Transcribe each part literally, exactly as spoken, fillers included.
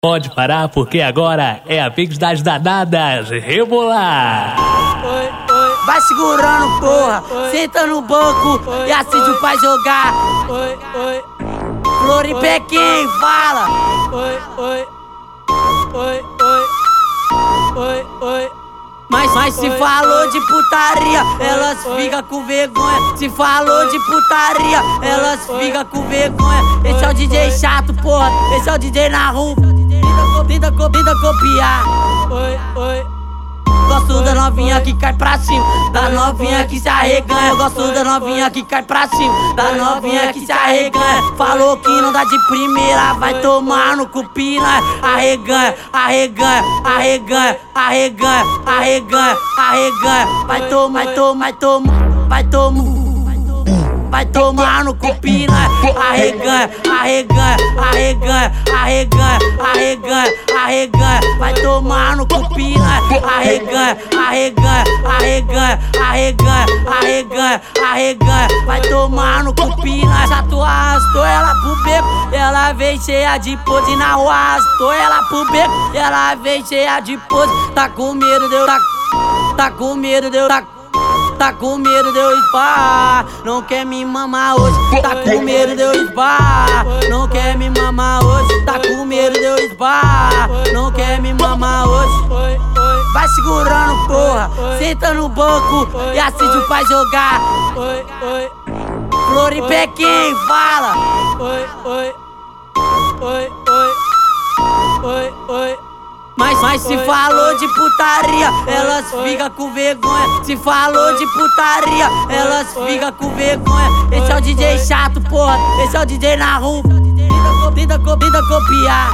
Pode parar porque agora é a vez das danadas rebolar. Vai segurando, porra, senta no banco e assiste o pai jogar. Floripé quem fala? Mas, mas se falou de putaria, elas ficam com vergonha. Se falou de putaria, elas ficam com vergonha. Esse é o D J chato, porra, esse é o D J na rua. Tenta, tenta, tenta copiar. Gosto da novinha que cai pra cima, da novinha que se arreganha. Eu gosto da novinha que cai pra cima, da novinha que se arreganha. Falou que não dá de primeira, vai tomar no cupina. Arreganha, arreganha, arreganha, arreganha, arreganha, arreganha. Vai tomar, vai tomar, vai tomar, vai tomar. Vai tomar no cupina, arreganha, arreganha, arreganha, arreganha, arreganha, arreganha. Vai tomar no cupina, arreganha, arreganha, arreganha, arreganha, arreganha, arreganha. Vai tomar no cupina. Chato arrastou ela pro beco, ela veio cheia de pose. Na rua arrastou ela pro beco, ela veio cheia de pose. Tá com medo de eu, tá, tá com medo de eu, tá. Tá com medo de eu esbarrar, não quer me mamar hoje. Tá com medo de eu esbarrar, não quer me mamar hoje. Tá com medo de eu esbarrar, não quer me mamar hoje. Vai segurando, porra, senta no banco e assiste o pai jogar. Floripé quem fala? Mas, mas se falou de putaria, elas ficam com vergonha. Se falou de putaria, elas ficam com vergonha. Esse é o D J chato, porra, esse é o D J na rua. Tenta, tenta, tenta copiar.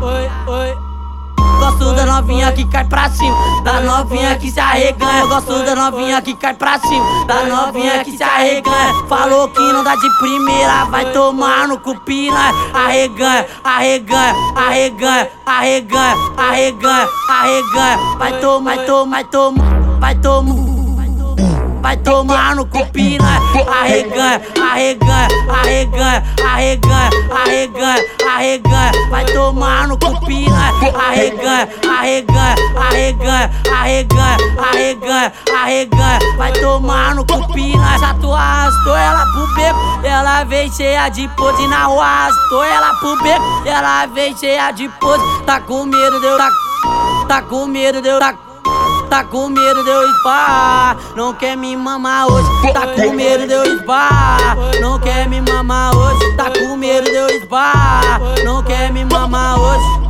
Gosto da novinha que cai pra cima, da novinha que se arreganha. Eu gosto da novinha que cai pra cima, da novinha que se arreganha. Falou que não dá de primeira, vai tomar no cupina. Arreganha, arreganha, arreganha, arreganha, arreganha, arreganha. Vai tomar, vai tomar, vai tomar, vai tomar. Vai tomar no cupina, arreganha, arreganha, arreganha, arreganha, arreganha, arreganha. Vai tomar no cupina, arreganha, arreganha, arreganha, arreganha, arreganha, arreganha. Vai tomar no cupina. Chato arrastou ela pro beco, ela veio cheia de pose. Na rua arrastou ela pro beco, ela veio cheia de pose. Tá com medo de eu, tá, tá com medo de eu, tá. Tá com medo de eu esbarrar, não quer me mamar hoje. Tá com medo de eu esbarrar, não quer me mamar hoje. Tá com medo de eu esbarrar, não quer me mamar hoje.